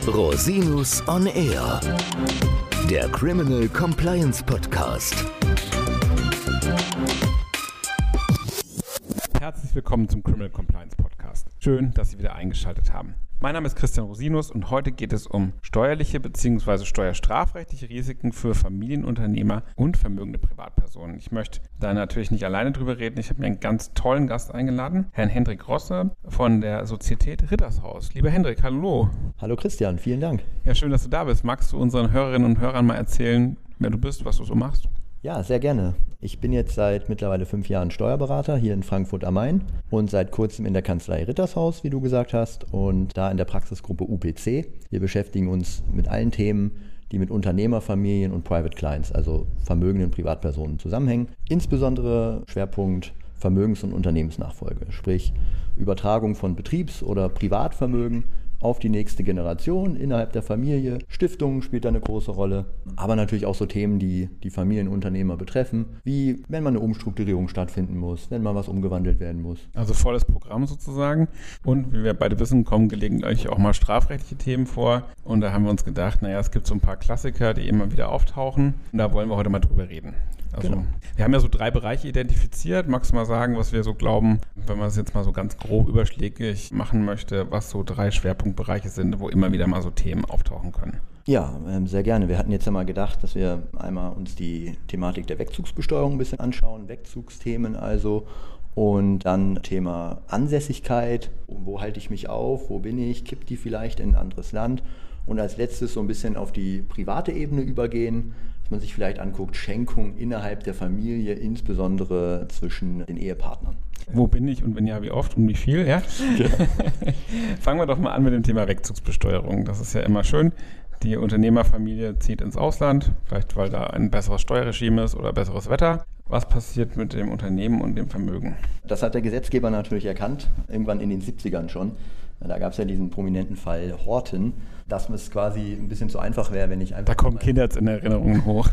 Rosinus on Air, der Criminal Compliance Podcast. Herzlich willkommen zum Criminal Compliance Podcast. Schön, dass Sie wieder eingeschaltet haben. Mein Name ist Christian Rosinus und heute geht es um steuerliche bzw. steuerstrafrechtliche Risiken für Familienunternehmer und vermögende Privatpersonen. Ich möchte da natürlich nicht alleine drüber reden. Ich habe mir einen ganz tollen Gast eingeladen, Herrn Hendrik Rosse von der Sozietät Rittershaus. Lieber Hendrik, hallo. Hallo Christian, vielen Dank. Ja, schön, dass du da bist. Magst du unseren Hörerinnen und Hörern mal erzählen, wer du bist, was du so machst? Ja, sehr gerne. Ich bin jetzt seit mittlerweile 5 Jahren Steuerberater hier in Frankfurt am Main und seit kurzem in der Kanzlei Rittershaus, wie du gesagt hast, und da in der Praxisgruppe UPC. Wir beschäftigen uns mit allen Themen, die mit Unternehmerfamilien und Private Clients, also vermögenden Privatpersonen, zusammenhängen. Insbesondere Schwerpunkt Vermögens- und Unternehmensnachfolge, sprich Übertragung von Betriebs- oder Privatvermögen auf die nächste Generation innerhalb der Familie. Stiftungen spielt da eine große Rolle, aber natürlich auch so Themen, die die Familienunternehmer betreffen, wie wenn mal eine Umstrukturierung stattfinden muss, wenn mal was umgewandelt werden muss. Also volles Programm sozusagen. Und wie wir beide wissen, kommen gelegentlich auch mal strafrechtliche Themen vor. Und da haben wir uns gedacht, es gibt so ein paar Klassiker, die immer wieder auftauchen. Und da wollen wir heute mal drüber reden. Also, genau. Wir haben ja so 3 Bereiche identifiziert. Magst du mal sagen, was wir so glauben, wenn man es jetzt mal so ganz grob überschlägig machen möchte, was so 3 Schwerpunktbereiche sind, wo immer wieder mal so Themen auftauchen können? Ja, sehr gerne. Wir hatten jetzt ja mal gedacht, dass wir einmal uns die Thematik der Wegzugsbesteuerung ein bisschen anschauen, Wegzugsthemen also. Und dann Thema Ansässigkeit, wo halte ich mich auf, wo bin ich, kippt die vielleicht in ein anderes Land. Und als letztes so ein bisschen auf die private Ebene übergehen, dass man sich vielleicht anguckt, Schenkung innerhalb der Familie, insbesondere zwischen den Ehepartnern. Wo bin ich und wenn ja, wie oft und wie viel? Ja? Fangen wir doch mal an mit dem Thema Wegzugsbesteuerung. Das ist ja immer schön. Die Unternehmerfamilie zieht ins Ausland, vielleicht weil da ein besseres Steuerregime ist oder besseres Wetter. Was passiert mit dem Unternehmen und dem Vermögen? Das hat der Gesetzgeber natürlich erkannt, irgendwann in den 70ern schon. Da gab es ja diesen prominenten Fall Horten, dass es quasi ein bisschen zu einfach wäre, wenn ich einfach... Da kommen Kinder jetzt in Erinnerungen hoch.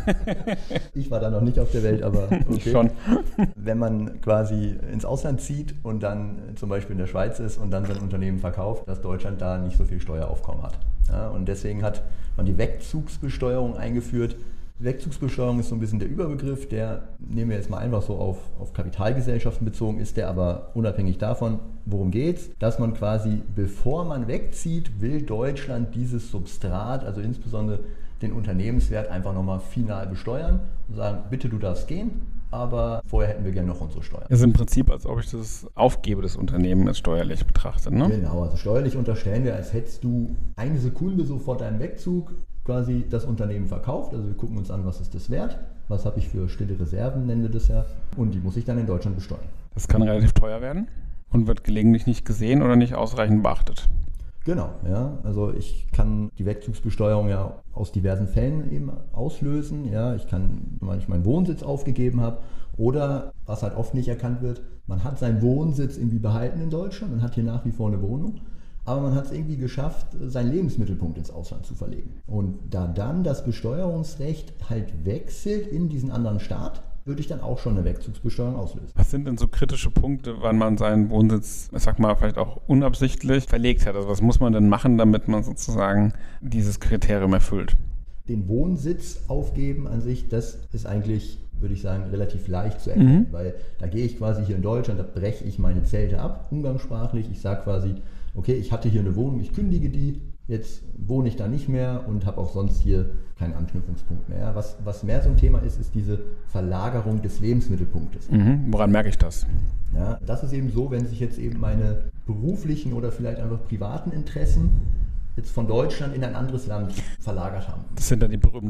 Ich war da noch nicht auf der Welt, aber okay. Schon. Wenn man quasi ins Ausland zieht und dann zum Beispiel in der Schweiz ist und dann sein Unternehmen verkauft, dass Deutschland da nicht so viel Steueraufkommen hat. Ja, und deswegen hat man die Wegzugsbesteuerung eingeführt. Wegzugsbesteuerung ist so ein bisschen der Überbegriff, der, nehmen wir jetzt mal einfach so auf Kapitalgesellschaften bezogen, ist der aber unabhängig davon, worum geht's, dass man quasi, bevor man wegzieht, will Deutschland dieses Substrat, also insbesondere den Unternehmenswert, einfach nochmal final besteuern und sagen, bitte, du darfst gehen, aber vorher hätten wir gerne noch unsere Steuern. Das ist im Prinzip, als ob ich das aufgebe, das Unternehmen jetzt steuerlich betrachte, ne? Genau, also steuerlich unterstellen wir, als hättest du eine Sekunde so vor deinem Wegzug quasi das Unternehmen verkauft. Also wir gucken uns an, was ist das wert, was habe ich für stille Reserven, nennen wir das ja, und die muss ich dann in Deutschland besteuern. Das kann relativ teuer werden und wird gelegentlich nicht gesehen oder nicht ausreichend beachtet. Genau, ja, also ich kann die Wegzugsbesteuerung ja aus diversen Fällen eben auslösen. Ja, ich kann, wenn ich meinen Wohnsitz aufgegeben habe oder, was halt oft nicht erkannt wird, man hat seinen Wohnsitz irgendwie behalten in Deutschland, man hat hier nach wie vor eine Wohnung, aber man hat es irgendwie geschafft, seinen Lebensmittelpunkt ins Ausland zu verlegen. Und da dann das Besteuerungsrecht halt wechselt in diesen anderen Staat, würde ich dann auch schon eine Wegzugsbesteuerung auslösen. Was sind denn so kritische Punkte, wann man seinen Wohnsitz, ich sag mal, vielleicht auch unabsichtlich verlegt hat? Also was muss man denn machen, damit man sozusagen dieses Kriterium erfüllt? Den Wohnsitz aufgeben an sich, das ist eigentlich, würde ich sagen, relativ leicht zu erkennen, weil da gehe ich quasi hier in Deutschland, da breche ich meine Zelte ab, umgangssprachlich. Ich sage quasi, okay, ich hatte hier eine Wohnung, ich kündige die, jetzt wohne ich da nicht mehr und habe auch sonst hier keinen Anknüpfungspunkt mehr. Was mehr so ein Thema ist, ist diese Verlagerung des Lebensmittelpunktes. Woran merke ich das? Ja, das ist eben so, wenn sich jetzt eben meine beruflichen oder vielleicht einfach privaten Interessen jetzt von Deutschland in ein anderes Land verlagert haben. Das sind dann die berühmten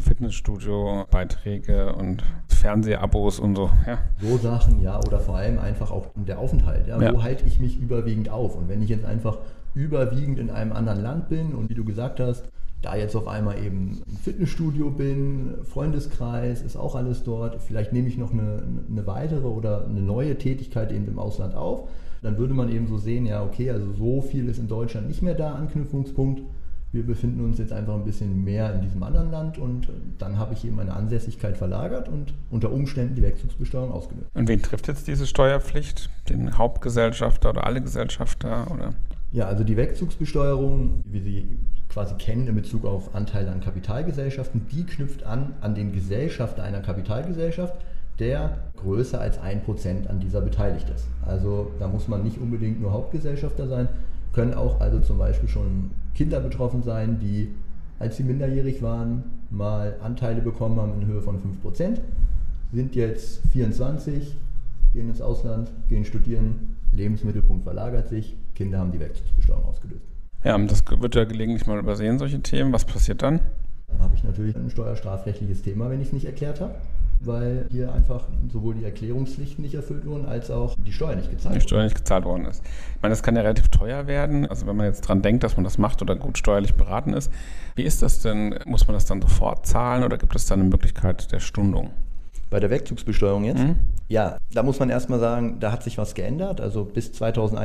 Fitnessstudio-Beiträge und Fernsehabos und so. Ja. So Sachen, ja, oder vor allem einfach auch der Aufenthalt. Ja. Wo halte ich mich überwiegend auf? Und wenn ich jetzt einfach überwiegend in einem anderen Land bin und wie du gesagt hast, da jetzt auf einmal eben im Fitnessstudio bin, Freundeskreis, ist auch alles dort, vielleicht nehme ich noch eine weitere oder eine neue Tätigkeit eben im Ausland auf, dann würde man eben so sehen, ja okay, also so viel ist in Deutschland nicht mehr da, Anknüpfungspunkt. Wir befinden uns jetzt einfach ein bisschen mehr in diesem anderen Land und dann habe ich eben meine Ansässigkeit verlagert und unter Umständen die Wegzugsbesteuerung ausgelöst. Und wen trifft jetzt diese Steuerpflicht? Den Hauptgesellschafter oder alle Gesellschafter? Oder? Ja, also die Wegzugsbesteuerung, wie sie quasi kennen in Bezug auf Anteile an Kapitalgesellschaften, die knüpft an den Gesellschafter einer Kapitalgesellschaft, der größer als 1% an dieser beteiligt ist. Also da muss man nicht unbedingt nur Hauptgesellschafter sein, können auch also zum Beispiel schon Kinder betroffen sein, die, als sie minderjährig waren, mal Anteile bekommen haben in Höhe von 5%, sind jetzt 24, gehen ins Ausland, gehen studieren, Lebensmittelpunkt verlagert sich, Kinder haben die Wegzugsbesteuerung ausgelöst. Ja, das wird ja gelegentlich mal übersehen, solche Themen. Was passiert dann? Dann habe ich natürlich ein steuerstrafrechtliches Thema, wenn ich es nicht erklärt habe, weil hier einfach sowohl die Erklärungspflichten nicht erfüllt wurden, als auch die Steuer nicht gezahlt worden ist. Ich meine, das kann ja relativ teuer werden. Also wenn man jetzt dran denkt, dass man das macht oder gut steuerlich beraten ist. Wie ist das denn? Muss man das dann sofort zahlen oder gibt es da eine Möglichkeit der Stundung? Bei der Wegzugsbesteuerung jetzt? Ja, da muss man erstmal sagen, da hat sich was geändert. Also bis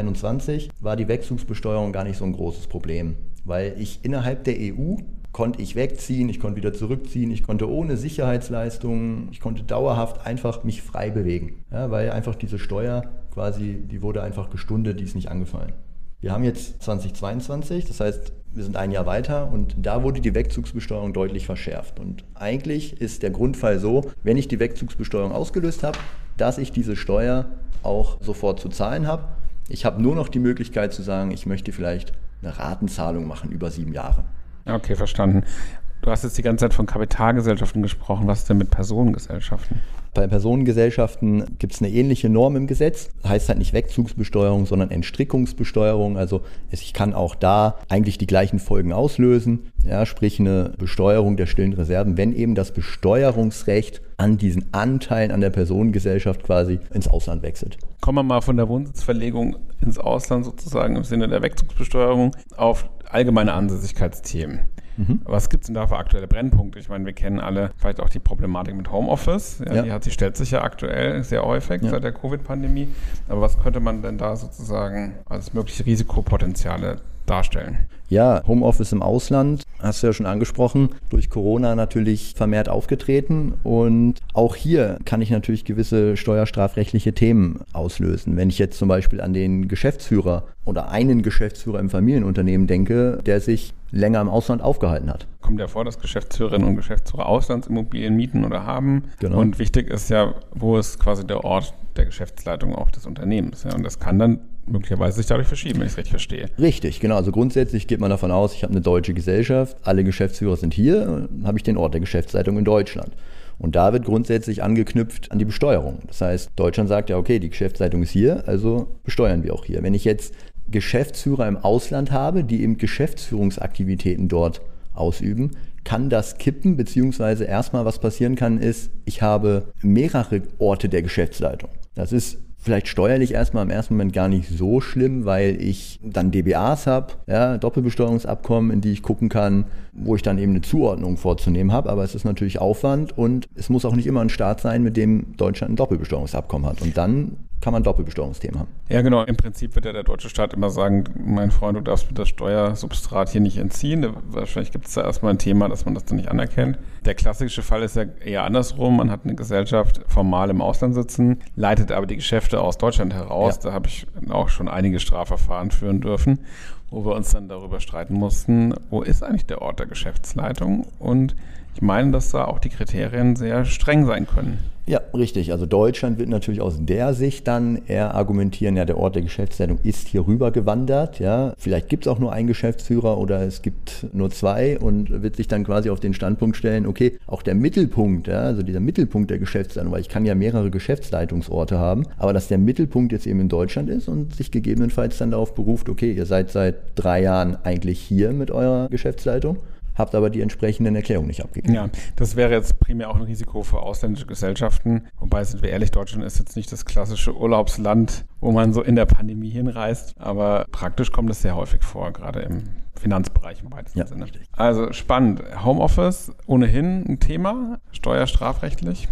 2021 war die Wegzugsbesteuerung gar nicht so ein großes Problem, weil ich innerhalb der EU konnte ich wegziehen, ich konnte wieder zurückziehen, ich konnte ohne Sicherheitsleistungen, ich konnte dauerhaft einfach mich frei bewegen, ja, weil einfach diese Steuer quasi, die wurde einfach gestundet, die ist nicht angefallen. Wir haben jetzt 2022, das heißt, wir sind ein Jahr weiter und da wurde die Wegzugsbesteuerung deutlich verschärft. Und eigentlich ist der Grundfall so, wenn ich die Wegzugsbesteuerung ausgelöst habe, dass ich diese Steuer auch sofort zu zahlen habe. Ich habe nur noch die Möglichkeit zu sagen, ich möchte vielleicht eine Ratenzahlung machen über 7 Jahre. Okay, verstanden. Du hast jetzt die ganze Zeit von Kapitalgesellschaften gesprochen. Was ist denn mit Personengesellschaften? Bei Personengesellschaften gibt es eine ähnliche Norm im Gesetz. Heißt halt nicht Wegzugsbesteuerung, sondern Entstrickungsbesteuerung. Also ich kann auch da eigentlich die gleichen Folgen auslösen. Ja, sprich eine Besteuerung der stillen Reserven, wenn eben das Besteuerungsrecht an diesen Anteilen an der Personengesellschaft quasi ins Ausland wechselt. Kommen wir mal von der Wohnsitzverlegung ins Ausland sozusagen im Sinne der Wegzugsbesteuerung auf allgemeine Ansässigkeitsthemen. Was gibt es denn da für aktuelle Brennpunkte? Ich meine, wir kennen alle vielleicht auch die Problematik mit Homeoffice. Ja. Die stellt sich ja aktuell sehr häufig seit der Covid-Pandemie. Aber was könnte man denn da sozusagen als mögliche Risikopotenziale darstellen? Ja, Homeoffice im Ausland, hast du ja schon angesprochen, durch Corona natürlich vermehrt aufgetreten und auch hier kann ich natürlich gewisse steuerstrafrechtliche Themen auslösen. Wenn ich jetzt zum Beispiel an den Geschäftsführer oder einen Geschäftsführer im Familienunternehmen denke, der sich länger im Ausland aufgehalten hat. Kommt ja vor, dass Geschäftsführerinnen und Geschäftsführer Auslandsimmobilien mieten oder haben. Genau. Und wichtig ist ja, wo ist quasi der Ort der Geschäftsleitung auch des Unternehmens. Ja? Und das kann dann möglicherweise sich dadurch verschieben, wenn ich es richtig verstehe. Richtig, genau. Also grundsätzlich geht man davon aus, ich habe eine deutsche Gesellschaft, alle Geschäftsführer sind hier, dann habe ich den Ort der Geschäftsleitung in Deutschland. Und da wird grundsätzlich angeknüpft an die Besteuerung. Das heißt, Deutschland sagt ja, okay, die Geschäftsleitung ist hier, also besteuern wir auch hier. Wenn ich jetzt Geschäftsführer im Ausland habe, die eben Geschäftsführungsaktivitäten dort ausüben, kann das kippen, beziehungsweise erstmal was passieren kann, ist, ich habe mehrere Orte der Geschäftsleitung. Das ist vielleicht steuerlich erstmal im ersten Moment gar nicht so schlimm, weil ich dann DBAs habe, ja, Doppelbesteuerungsabkommen, in die ich gucken kann, wo ich dann eben eine Zuordnung vorzunehmen habe. Aber es ist natürlich Aufwand und es muss auch nicht immer ein Staat sein, mit dem Deutschland ein Doppelbesteuerungsabkommen hat. Und dann kann man Doppelbesteuerungsthemen haben. Ja, genau. Im Prinzip wird ja der deutsche Staat immer sagen, mein Freund, du darfst mir das Steuersubstrat hier nicht entziehen. Wahrscheinlich gibt es da erstmal ein Thema, dass man das dann nicht anerkennt. Der klassische Fall ist ja eher andersrum. Man hat eine Gesellschaft formal im Ausland sitzen, leitet aber die Geschäfte aus Deutschland heraus. Ja. Da habe ich auch schon einige Strafverfahren führen dürfen, wo wir uns dann darüber streiten mussten, wo ist eigentlich der Ort der Geschäftsleitung? Und ich meine, dass da auch die Kriterien sehr streng sein können. Ja, richtig. Also Deutschland wird natürlich aus der Sicht dann eher argumentieren, ja, der Ort der Geschäftsleitung ist hier rüber gewandert. Ja. Vielleicht gibt es auch nur einen Geschäftsführer oder es gibt nur 2 und wird sich dann quasi auf den Standpunkt stellen, okay, auch der Mittelpunkt, ja, also dieser Mittelpunkt der Geschäftsleitung, weil ich kann ja mehrere Geschäftsleitungsorte haben, aber dass der Mittelpunkt jetzt eben in Deutschland ist und sich gegebenenfalls dann darauf beruft, okay, ihr seid seit 3 Jahren eigentlich hier mit eurer Geschäftsleitung, habt aber die entsprechenden Erklärungen nicht abgegeben. Ja, das wäre jetzt primär auch ein Risiko für ausländische Gesellschaften. Wobei, sind wir ehrlich, Deutschland ist jetzt nicht das klassische Urlaubsland, wo man so in der Pandemie hinreist. Aber praktisch kommt es sehr häufig vor, gerade im Finanzbereich im weitesten Sinne. Richtig. Also spannend. Homeoffice ohnehin ein Thema, steuerstrafrechtlich.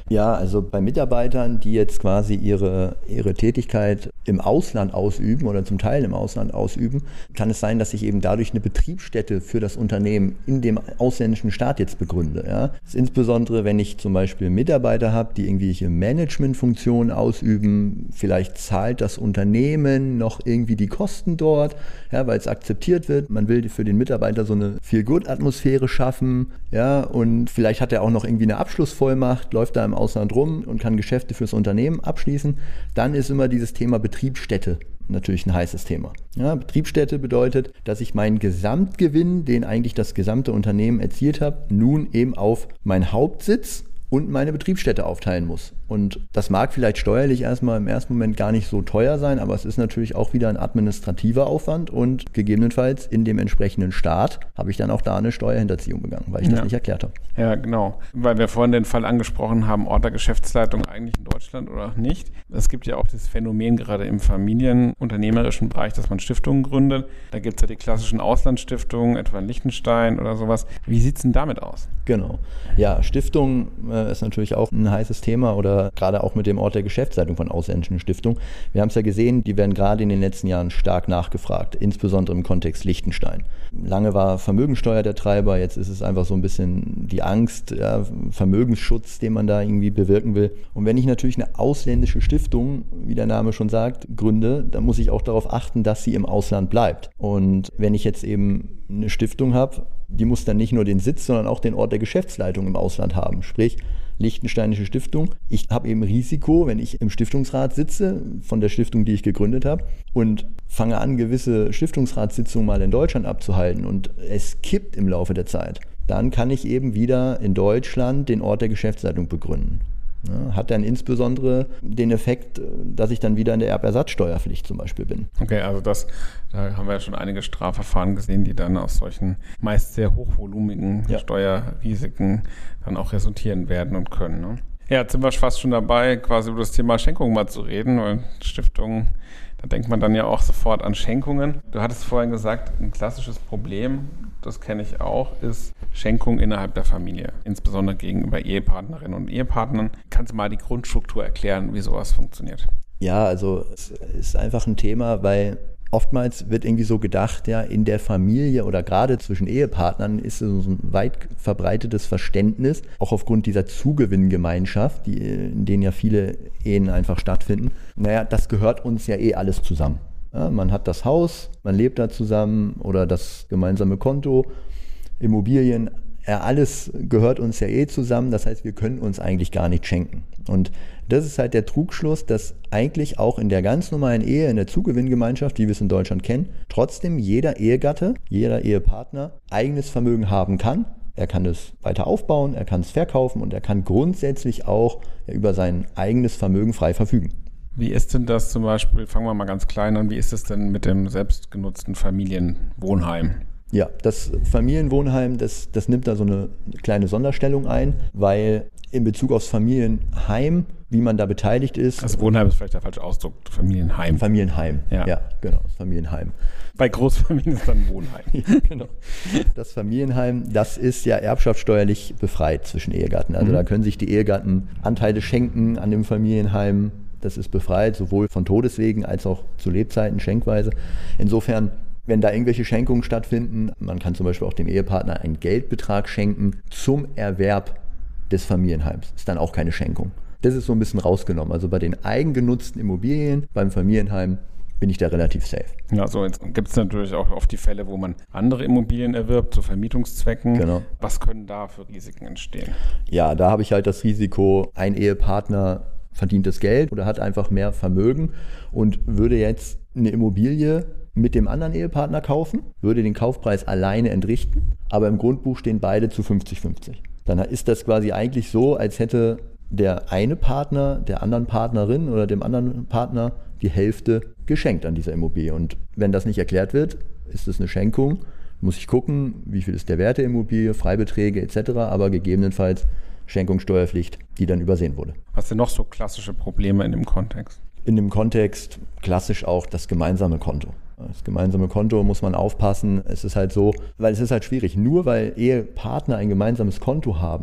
Ja, also bei Mitarbeitern, die jetzt quasi ihre Tätigkeit im Ausland ausüben oder zum Teil im Ausland ausüben, kann es sein, dass ich eben dadurch eine Betriebsstätte für das Unternehmen in dem ausländischen Staat jetzt begründe. Ja? Das ist insbesondere, wenn ich zum Beispiel Mitarbeiter habe, die irgendwelche Managementfunktionen ausüben, vielleicht zahlt das Unternehmen noch irgendwie die Kosten dort, ja, weil es akzeptiert wird. Man will für den Mitarbeiter so eine Feel-Good-Atmosphäre schaffen, ja, und vielleicht hat er auch noch irgendwie eine Abschlussvollmacht, läuft da im Ausland rum und kann Geschäfte fürs Unternehmen abschließen. Dann ist immer dieses Thema Betriebsstätte natürlich ein heißes Thema. Ja, Betriebsstätte bedeutet, dass ich meinen Gesamtgewinn, den eigentlich das gesamte Unternehmen erzielt hat, nun eben auf meinen Hauptsitz und meine Betriebsstätte aufteilen muss. Und das mag vielleicht steuerlich erstmal im ersten Moment gar nicht so teuer sein, aber es ist natürlich auch wieder ein administrativer Aufwand und gegebenenfalls in dem entsprechenden Staat habe ich dann auch da eine Steuerhinterziehung begangen, weil ich das nicht erklärt habe. Ja, genau. Weil wir vorhin den Fall angesprochen haben, Ort der Geschäftsleitung eigentlich in Deutschland oder nicht. Es gibt ja auch das Phänomen gerade im familienunternehmerischen Bereich, dass man Stiftungen gründet. Da gibt es ja die klassischen Auslandsstiftungen, etwa in Liechtenstein oder sowas. Wie sieht es denn damit aus? Genau. Ja, Stiftung ist natürlich auch ein heißes Thema oder gerade auch mit dem Ort der Geschäftsleitung von ausländischen Stiftungen. Wir haben es ja gesehen, die werden gerade in den letzten Jahren stark nachgefragt, insbesondere im Kontext Liechtenstein. Lange war Vermögensteuer der Treiber, jetzt ist es einfach so ein bisschen die Angst, ja, Vermögensschutz, den man da irgendwie bewirken will. Und wenn ich natürlich eine ausländische Stiftung, wie der Name schon sagt, gründe, dann muss ich auch darauf achten, dass sie im Ausland bleibt. Und wenn ich jetzt eben eine Stiftung habe, die muss dann nicht nur den Sitz, sondern auch den Ort der Geschäftsleitung im Ausland haben. Sprich, Liechtensteinische Stiftung. Ich habe eben Risiko, wenn ich im Stiftungsrat sitze, von der Stiftung, die ich gegründet habe, und fange an, gewisse Stiftungsratssitzungen mal in Deutschland abzuhalten und es kippt im Laufe der Zeit, dann kann ich eben wieder in Deutschland den Ort der Geschäftsleitung begründen. Ja, hat dann insbesondere den Effekt, dass ich dann wieder in der Erbersatzsteuerpflicht zum Beispiel bin. Okay, also da haben wir ja schon einige Strafverfahren gesehen, die dann aus solchen meist sehr hochvolumigen Steuerrisiken dann auch resultieren werden und können. Ne? Ja, jetzt sind wir fast schon dabei, quasi über das Thema Schenkung mal zu reden, weil Stiftungen, da denkt man dann ja auch sofort an Schenkungen. Du hattest vorhin gesagt, ein klassisches Problem, das kenne ich auch, ist Schenkung innerhalb der Familie, insbesondere gegenüber Ehepartnerinnen und Ehepartnern. Kannst du mal die Grundstruktur erklären, wie sowas funktioniert? Ja, also es ist einfach ein Thema, weil oftmals wird irgendwie so gedacht, ja, in der Familie oder gerade zwischen Ehepartnern ist so ein weit verbreitetes Verständnis, auch aufgrund dieser Zugewinngemeinschaft, in denen ja viele Ehen einfach stattfinden. Naja, das gehört uns ja alles zusammen. Ja, man hat das Haus, man lebt da zusammen oder das gemeinsame Konto, Immobilien, ja, alles gehört uns ja zusammen. Das heißt, wir können uns eigentlich gar nicht schenken. Und das ist halt der Trugschluss, dass eigentlich auch in der ganz normalen Ehe, in der Zugewinngemeinschaft, wie wir es in Deutschland kennen, trotzdem jeder Ehegatte, jeder Ehepartner eigenes Vermögen haben kann. Er kann es weiter aufbauen, er kann es verkaufen und er kann grundsätzlich auch über sein eigenes Vermögen frei verfügen. Wie ist denn das zum Beispiel, fangen wir mal ganz klein an, wie ist es denn mit dem selbstgenutzten Familienwohnheim? Ja, das Familienwohnheim, das nimmt da so eine kleine Sonderstellung ein, weil in Bezug aufs Familienheim, wie man da beteiligt ist. Also Wohnheim ist vielleicht der falsche Ausdruck, Familienheim. Familienheim, ja genau, das Familienheim. Bei Großfamilien ist dann Wohnheim. Ja, genau. Das Familienheim, das ist ja erbschaftssteuerlich befreit zwischen Ehegatten. Also da können sich die Ehegatten Anteile schenken an dem Familienheim. Das ist befreit, sowohl von Todeswegen als auch zu Lebzeiten schenkweise. Insofern, wenn da irgendwelche Schenkungen stattfinden, man kann zum Beispiel auch dem Ehepartner einen Geldbetrag schenken zum Erwerb des Familienheims. Ist dann auch keine Schenkung. Das ist so ein bisschen rausgenommen. Also bei den eigengenutzten Immobilien, beim Familienheim, bin ich da relativ safe. Ja, so jetzt gibt es natürlich auch oft die Fälle, wo man andere Immobilien erwirbt zu Vermietungszwecken. Genau. Was können da für Risiken entstehen? Ja, da habe ich halt das Risiko, ein Ehepartner verdient das Geld oder hat einfach mehr Vermögen und würde jetzt eine Immobilie mit dem anderen Ehepartner kaufen, würde den Kaufpreis alleine entrichten, aber im Grundbuch stehen beide zu 50-50. Dann ist das quasi eigentlich so, als hätte der eine Partner der anderen Partnerin oder dem anderen Partner die Hälfte geschenkt an dieser Immobilie. Und wenn das nicht erklärt wird, ist es eine Schenkung, muss ich gucken, wie viel ist der Wert der Immobilie, Freibeträge etc., aber gegebenenfalls Schenkungssteuerpflicht, die dann übersehen wurde. Was sind noch so klassische Probleme in dem Kontext? In dem Kontext klassisch auch das gemeinsame Konto. Das gemeinsame Konto muss man aufpassen. Es ist halt so, weil es ist halt schwierig. Nur weil Ehepartner ein gemeinsames Konto haben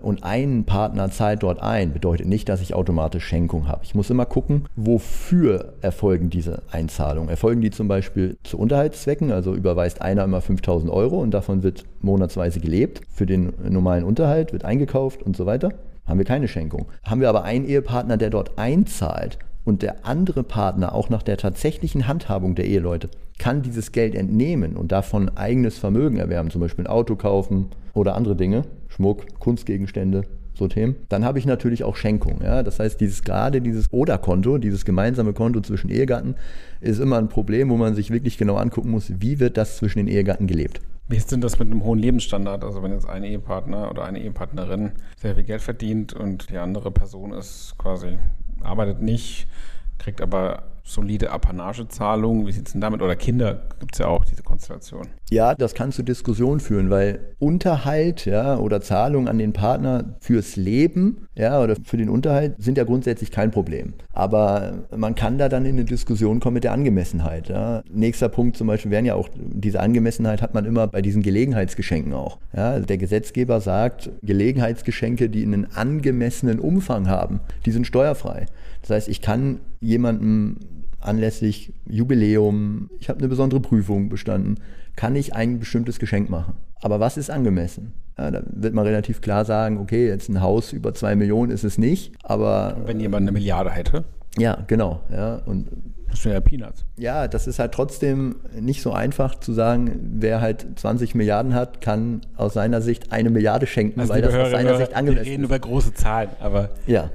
und ein Partner zahlt dort ein, bedeutet nicht, dass ich automatisch Schenkung habe. Ich muss immer gucken, wofür erfolgen diese Einzahlungen. Erfolgen die zum Beispiel zu Unterhaltszwecken, also überweist einer immer 5.000 € und davon wird monatsweise gelebt. Für den normalen Unterhalt wird eingekauft und so weiter. Haben wir keine Schenkung. Haben wir aber einen Ehepartner, der dort einzahlt und der andere Partner auch nach der tatsächlichen Handhabung der Eheleute kann dieses Geld entnehmen und davon eigenes Vermögen erwerben, zum Beispiel ein Auto kaufen oder andere Dinge, Schmuck, Kunstgegenstände, so Themen, dann habe ich natürlich auch Schenkung. Ja? Das heißt, dieses Oder-Konto, dieses gemeinsame Konto zwischen Ehegatten, ist immer ein Problem, wo man sich wirklich genau angucken muss, wie wird das zwischen den Ehegatten gelebt. Wie ist denn das mit einem hohen Lebensstandard? Also wenn jetzt ein Ehepartner oder eine Ehepartnerin sehr viel Geld verdient und die andere Person ist quasi, arbeitet nicht, kriegt aber solide Apanagezahlungen. Wie sieht es denn damit? Oder Kinder, gibt es ja auch diese Konstellation. Ja, das kann zu Diskussionen führen, weil Unterhalt oder Zahlungen an den Partner fürs Leben oder für den Unterhalt sind ja grundsätzlich kein Problem. Aber man kann da dann in eine Diskussion kommen mit der Angemessenheit. Ja. Nächster Punkt zum Beispiel wären ja auch, diese Angemessenheit hat man immer bei diesen Gelegenheitsgeschenken auch. Ja. Also der Gesetzgeber sagt, Gelegenheitsgeschenke, die einen angemessenen Umfang haben, die sind steuerfrei. Das heißt, ich kann jemandem anlässlich Jubiläum, ich habe eine besondere Prüfung bestanden, kann ich ein bestimmtes Geschenk machen. Aber was ist angemessen? Ja, da wird man relativ klar sagen, okay, jetzt ein Haus über 2 Millionen ist es nicht, aber... Wenn jemand 1 Milliarde hätte? Ja, genau. Ja, und das wäre ja Peanuts. Ja, das ist halt trotzdem nicht so einfach zu sagen, wer halt 20 Milliarden hat, kann aus seiner Sicht 1 Milliarde schenken, also weil das aus seiner Sicht angemessen ist. Wir reden über große Zahlen, aber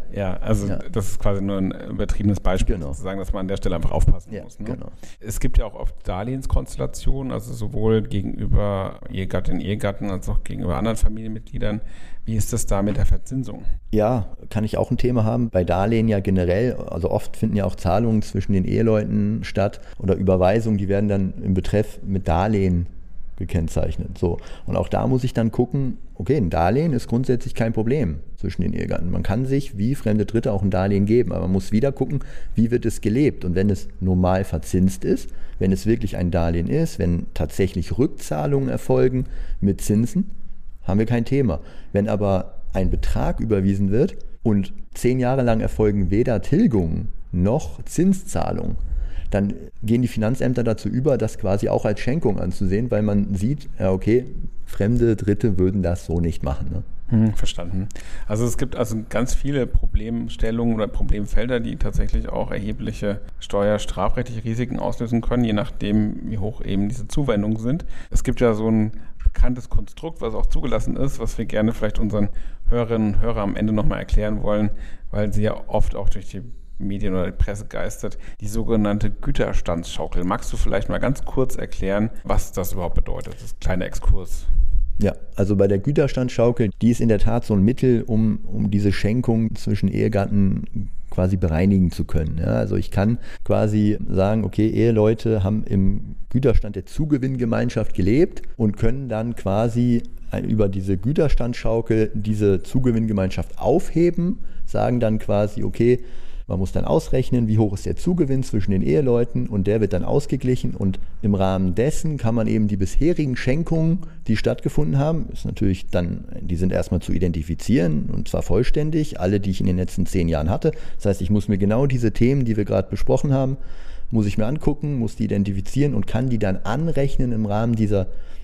das ist quasi nur ein übertriebenes Beispiel, sozusagen, dass man an der Stelle einfach aufpassen muss. Ne? Genau. Es gibt ja auch oft Darlehenskonstellationen, also sowohl gegenüber Ehegattinnen, Ehegatten als auch gegenüber anderen Familienmitgliedern. Wie ist das da mit der Verzinsung? Ja, kann ich auch ein Thema haben. Bei Darlehen ja generell, also oft finden ja auch Zahlungen zwischen den Eheleuten statt oder Überweisungen, die werden dann im Betreff mit Darlehen gekennzeichnet. So. Und auch da muss ich dann gucken, okay, ein Darlehen ist grundsätzlich kein Problem zwischen den Ehegatten. Man kann sich wie fremde Dritte auch ein Darlehen geben, aber man muss wieder gucken, wie wird es gelebt. Und wenn es normal verzinst ist, wenn es wirklich ein Darlehen ist, wenn tatsächlich Rückzahlungen erfolgen mit Zinsen, haben wir kein Thema. Wenn aber ein Betrag überwiesen wird und 10 Jahre lang erfolgen weder Tilgungen noch Zinszahlungen, dann gehen die Finanzämter dazu über, das quasi auch als Schenkung anzusehen, weil man sieht, ja okay, fremde Dritte würden das so nicht machen. Ne? Verstanden. Also es gibt also ganz viele Problemstellungen oder Problemfelder, die tatsächlich auch erhebliche steuerstrafrechtliche Risiken auslösen können, je nachdem, wie hoch eben diese Zuwendungen sind. Es gibt ja so ein bekanntes Konstrukt, was auch zugelassen ist, was wir gerne vielleicht unseren Hörerinnen und Hörern am Ende nochmal erklären wollen, weil sie ja oft auch durch die Medien oder die Presse geistert, die sogenannte Güterstandsschaukel. Magst du vielleicht mal ganz kurz erklären, was das überhaupt bedeutet? Das ist ein kleiner Exkurs. Ja, also bei der Güterstandsschaukel, die ist in der Tat so ein Mittel, um diese Schenkung zwischen Ehegatten quasi bereinigen zu können. Ja, also ich kann quasi sagen, okay, Eheleute haben im Güterstand der Zugewinngemeinschaft gelebt und können dann quasi über diese Güterstandsschaukel diese Zugewinngemeinschaft aufheben, sagen dann quasi, okay, man muss dann ausrechnen, wie hoch ist der Zugewinn zwischen den Eheleuten und der wird dann ausgeglichen und im Rahmen dessen kann man eben die bisherigen Schenkungen, die stattgefunden haben, ist natürlich dann, die sind erstmal zu identifizieren und zwar vollständig, alle, die ich in den letzten 10 Jahren hatte. Das heißt, ich muss mir genau diese Themen, die wir gerade besprochen haben, muss ich mir angucken, muss die identifizieren und kann die dann anrechnen im Rahmen dieser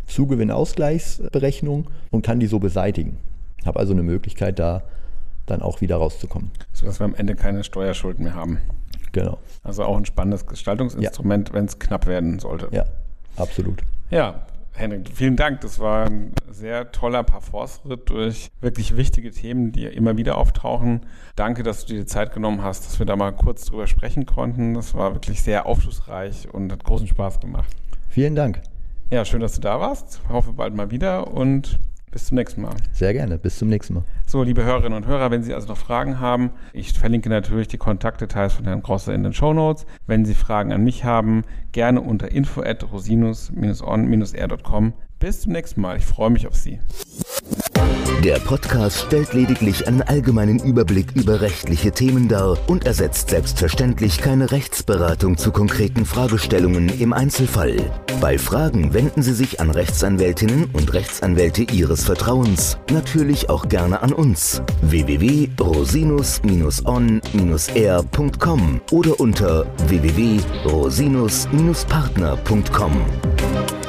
Zugewinnausgleichsberechnung und kann die so beseitigen. Ich habe also eine Möglichkeit, da dann auch wieder rauszukommen. Sodass wir am Ende keine Steuerschulden mehr haben. Genau. Also auch ein spannendes Gestaltungsinstrument, wenn es knapp werden sollte. Ja, absolut. Ja, Henrik, vielen Dank. Das war ein sehr toller Parforce-Ritt durch wirklich wichtige Themen, die immer wieder auftauchen. Danke, dass du dir die Zeit genommen hast, dass wir da mal kurz drüber sprechen konnten. Das war wirklich sehr aufschlussreich und hat großen Spaß gemacht. Vielen Dank. Ja, schön, dass du da warst. Ich hoffe bald mal wieder und bis zum nächsten Mal. Sehr gerne, bis zum nächsten Mal. So, liebe Hörerinnen und Hörer, wenn Sie also noch Fragen haben, ich verlinke natürlich die Kontaktdetails von Herrn Grosse in den Shownotes. Wenn Sie Fragen an mich haben, gerne unter info@rosinus-on-r.com. Bis zum nächsten Mal, ich freue mich auf Sie. Der Podcast stellt lediglich einen allgemeinen Überblick über rechtliche Themen dar und ersetzt selbstverständlich keine Rechtsberatung zu konkreten Fragestellungen im Einzelfall. Bei Fragen wenden Sie sich an Rechtsanwältinnen und Rechtsanwälte Ihres Vertrauens, natürlich auch gerne an uns. www.rosinus-on-air.com oder unter www.rosinus-partner.com.